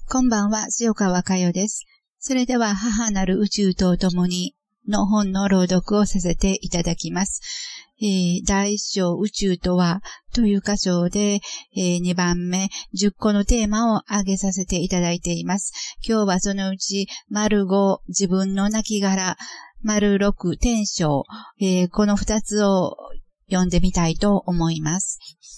こんばんは、塩川佳代です。それでは、母なる宇宙と共にの本の朗読をさせていただきます。第一章宇宙とはという箇所で、2番目10個のテーマを挙げさせていただいています。今日はそのうち �5 自分の亡骸、6天章、この2つを読んでみたいと思います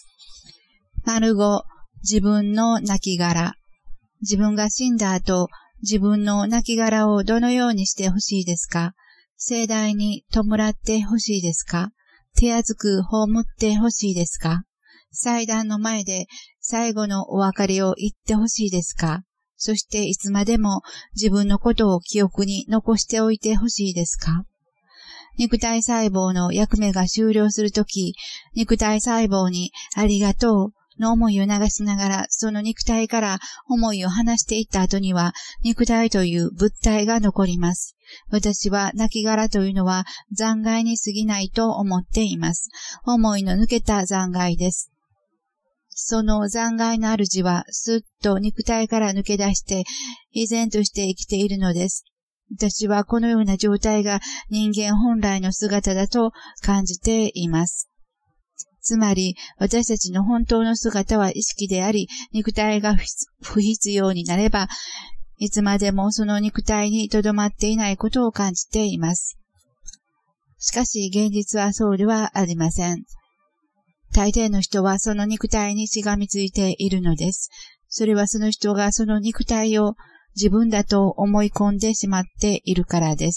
。5自分の亡骸。自分が死んだ後、自分の亡骸をどのようにしてほしいですか？盛大に弔ってほしいですか？手厚く葬ってほしいですか？祭壇の前で最後のお別れを言ってほしいですか？そしていつまでも自分のことを記憶に残しておいてほしいですか？肉体細胞の役目が終了するとき、肉体細胞にありがとうの思いを流しながら、その肉体から思いを離していった後には、肉体という物体が残ります。私は亡骸というのは残骸に過ぎないと思っています。思いの抜けた残骸です。その残骸の主は、すっと肉体から抜け出して、依然として生きているのです。私はこのような状態が人間本来の姿だと感じています。つまり、私たちの本当の姿は意識であり、肉体が不必要になれば、いつまでもその肉体に留まっていないことを感じています。しかし、現実はそうではありません。大抵の人はその肉体にしがみついているのです。それはその人がその肉体を自分だと思い込んでしまっているからです。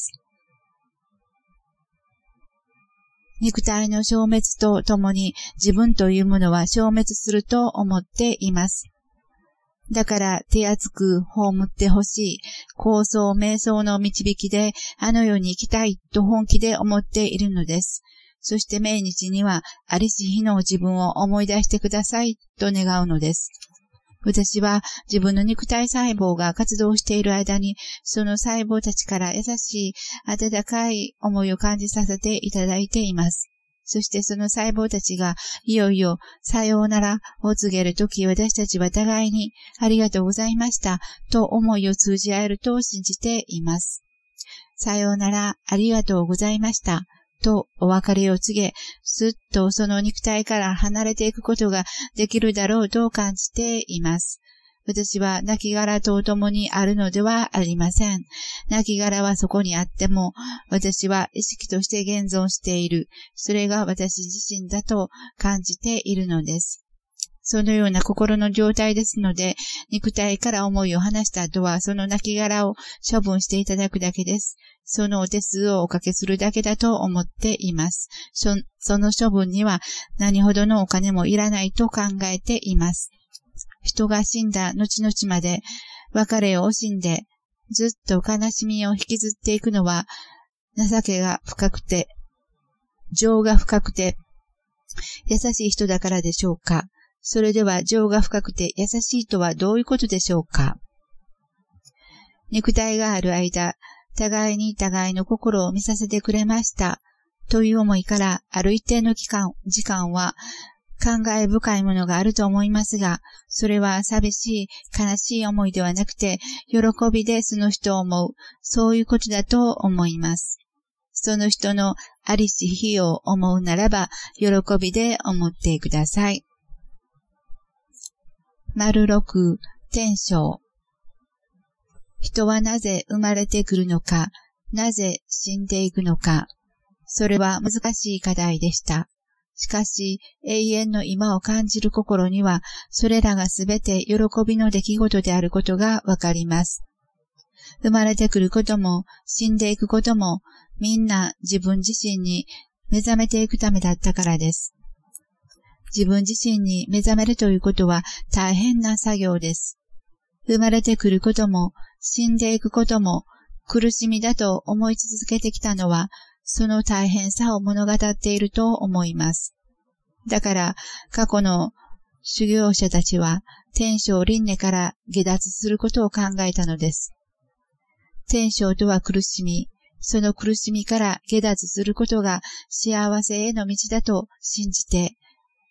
肉体の消滅とともに自分というものは消滅すると思っています。だから手厚く葬ってほしい、高層瞑想の導きであの世に行きたいと本気で思っているのです。そして命日にはありし日の自分を思い出してくださいと願うのです。私は自分の肉体細胞が活動している間に、その細胞たちから優しい、温かい思いを感じさせていただいています。そしてその細胞たちがいよいよさようならを告げるとき、私たちは互いにありがとうございましたと思いを通じ合えると信じています。さようなら、ありがとうございました。とお別れを告げ、すっとその肉体から離れていくことができるだろうと感じています。私は亡骸と共にあるのではありません。亡骸はそこにあっても、私は意識として現存している。それが私自身だと感じているのです。そのような心の状態ですので、肉体から思いを離した後は、その亡骸を処分していただくだけです。そのお手数をおかけするだけだと思っています。その処分には何ほどのお金もいらないと考えています。人が死んだ後々まで別れを惜しんでずっと悲しみを引きずっていくのは情けが深くて、情が深くて優しい人だからでしょうか。それでは情が深くて優しいとはどういうことでしょうか。肉体がある間、互いに互いの心を見させてくれましたという思いからある一定の時間は感慨深いものがあると思いますが、それは寂しい悲しい思いではなくて喜びでその人を思う、そういうことだと思います。その人のありし日を思うならば喜びで思ってください。6天章。人はなぜ生まれてくるのか、なぜ死んでいくのか。それは難しい課題でした。しかし、永遠の今を感じる心には、それらがすべて喜びの出来事であることがわかります。生まれてくることも、死んでいくことも、みんな自分自身に目覚めていくためだったからです。自分自身に目覚めるということは大変な作業です。生まれてくることも死んでいくことも苦しみだと思い続けてきたのはその大変さを物語っていると思います。だから過去の修行者たちは天正輪廻から下脱することを考えたのです。天正とは苦しみ、その苦しみから下脱することが幸せへの道だと信じて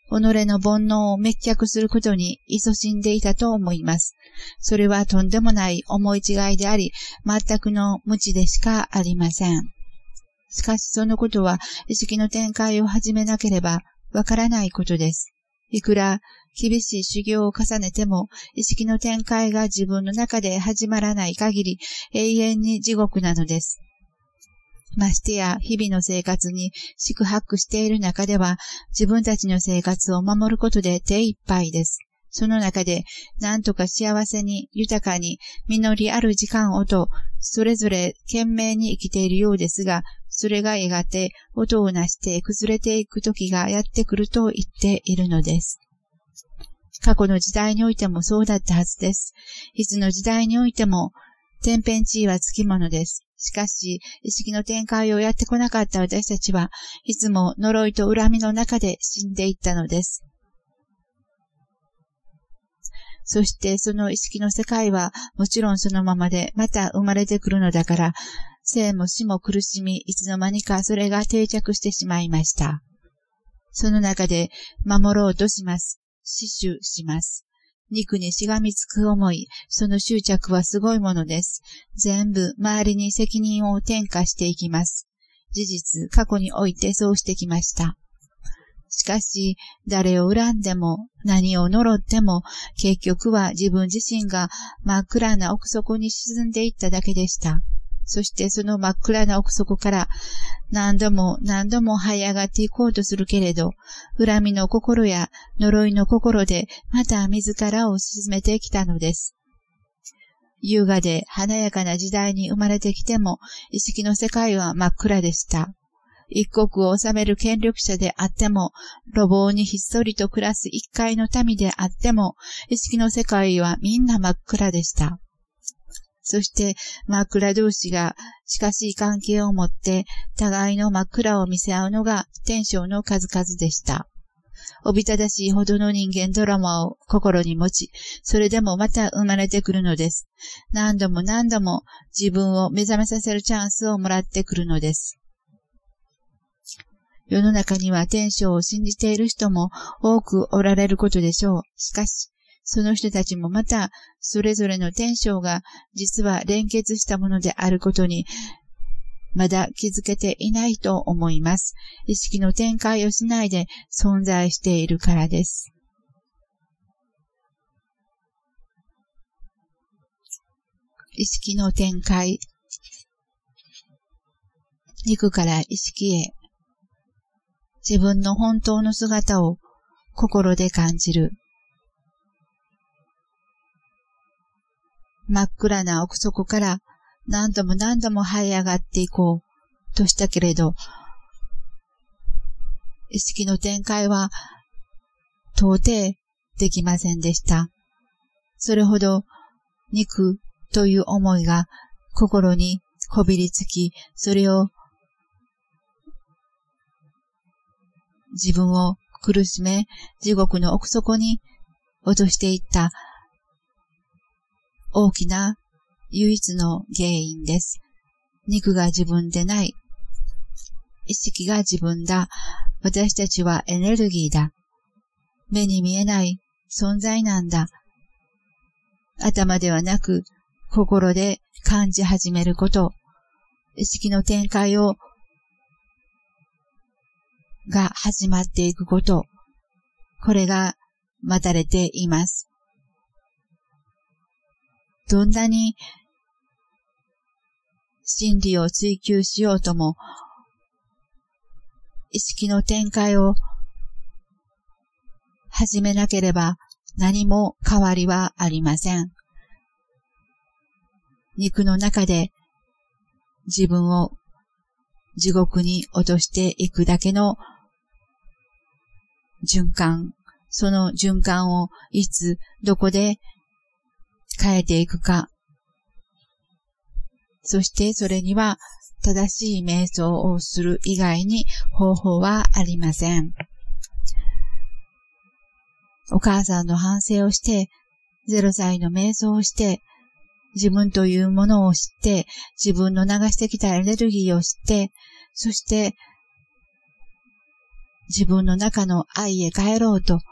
己の煩悩を滅却することに勤しんでいたと思います。それはとんでもない思い違いであり、全くの無知でしかありません。しかしそのことは意識の展開を始めなければわからないことです。いくら厳しい修行を重ねても、意識の展開が自分の中で始まらない限り、永遠に地獄なのです。ましてや、日々の生活に宿泊している中では、自分たちの生活を守ることで手一杯です。その中で、なんとか幸せに、豊かに、実りある時間をと、それぞれ懸命に生きているようですが、それがやがて音をなして崩れていく時がやってくると言っているのです。過去の時代においてもそうだったはずです。いつの時代においても、天変地異はつきものです。しかし、意識の展開をやってこなかった私たちは、いつも呪いと恨みの中で死んでいったのです。そしてその意識の世界はもちろんそのままでまた生まれてくるのだから、生も死も苦しみ、いつの間にかそれが定着してしまいました。その中で守ろうとします。死守します。肉にしがみつく思い、その執着はすごいものです。全部周りに責任を転嫁していきます。事実、過去においてそうしてきました。しかし、誰を恨んでも、何を呪っても、結局は自分自身が真っ暗な奥底に沈んでいっただけでした。そしてその真っ暗な奥底から何度も何度も這い上がっていこうとするけれど、恨みの心や呪いの心でまた自らを沈めてきたのです。優雅で華やかな時代に生まれてきても、意識の世界は真っ暗でした。一国を治める権力者であっても、路傍にひっそりと暮らす一介の民であっても、意識の世界はみんな真っ暗でした。そして真っ暗同士が近しい関係を持って互いの真っ暗を見せ合うのが天正の数々でした。おびただしいほどの人間ドラマを心に持ち、それでもまた生まれてくるのです。何度も何度も自分を目覚めさせるチャンスをもらってくるのです。世の中には天正を信じている人も多くおられることでしょう。しかし、その人たちもまた、それぞれの天正が実は連結したものであることに、まだ気づけていないと思います。意識の展開をしないで存在しているからです。意識の展開。肉から意識へ。自分の本当の姿を心で感じる。真っ暗な奥底から何度も何度も這い上がっていこうとしたけれど、意識の展開は到底できませんでした。それほど肉という思いが心にこびりつき、それを自分を苦しめ、地獄の奥底に落としていった大きな唯一の原因です。肉が自分でない。意識が自分だ。私たちはエネルギーだ。目に見えない存在なんだ。頭ではなく心で感じ始めること。意識の展開が始まっていくこと。これが待たれています。どんなに真理を追求しようとも、意識の展開を始めなければ何も変わりはありません。肉の中で自分を地獄に落としていくだけの循環、その循環をいつどこで変えていくか。そしてそれには正しい瞑想をする以外に方法はありません。お母さんの反省をして、0歳の瞑想をして、自分というものを知って、自分の流してきたエネルギーを知って、そして自分の中の愛へ帰ろうと、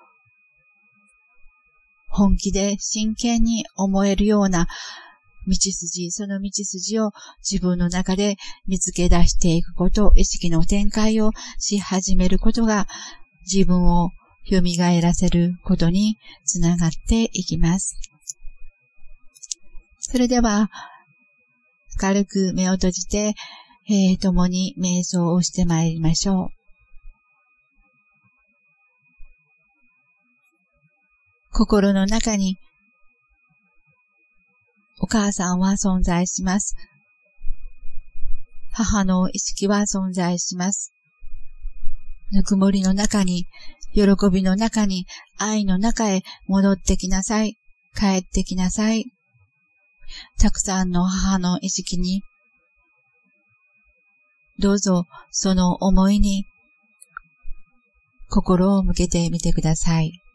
本気で真剣に思えるような道筋、その道筋を自分の中で見つけ出していくこと、意識の展開をし始めることが自分を蘇らせることにつながっていきます。それでは、軽く目を閉じて、共に瞑想をしてまいりましょう。心の中にお母さんは存在します。母の意識は存在します。ぬくもりの中に、喜びの中に、愛の中へ戻ってきなさい。帰ってきなさい。たくさんの母の意識に、どうぞその思いに心を向けてみてください。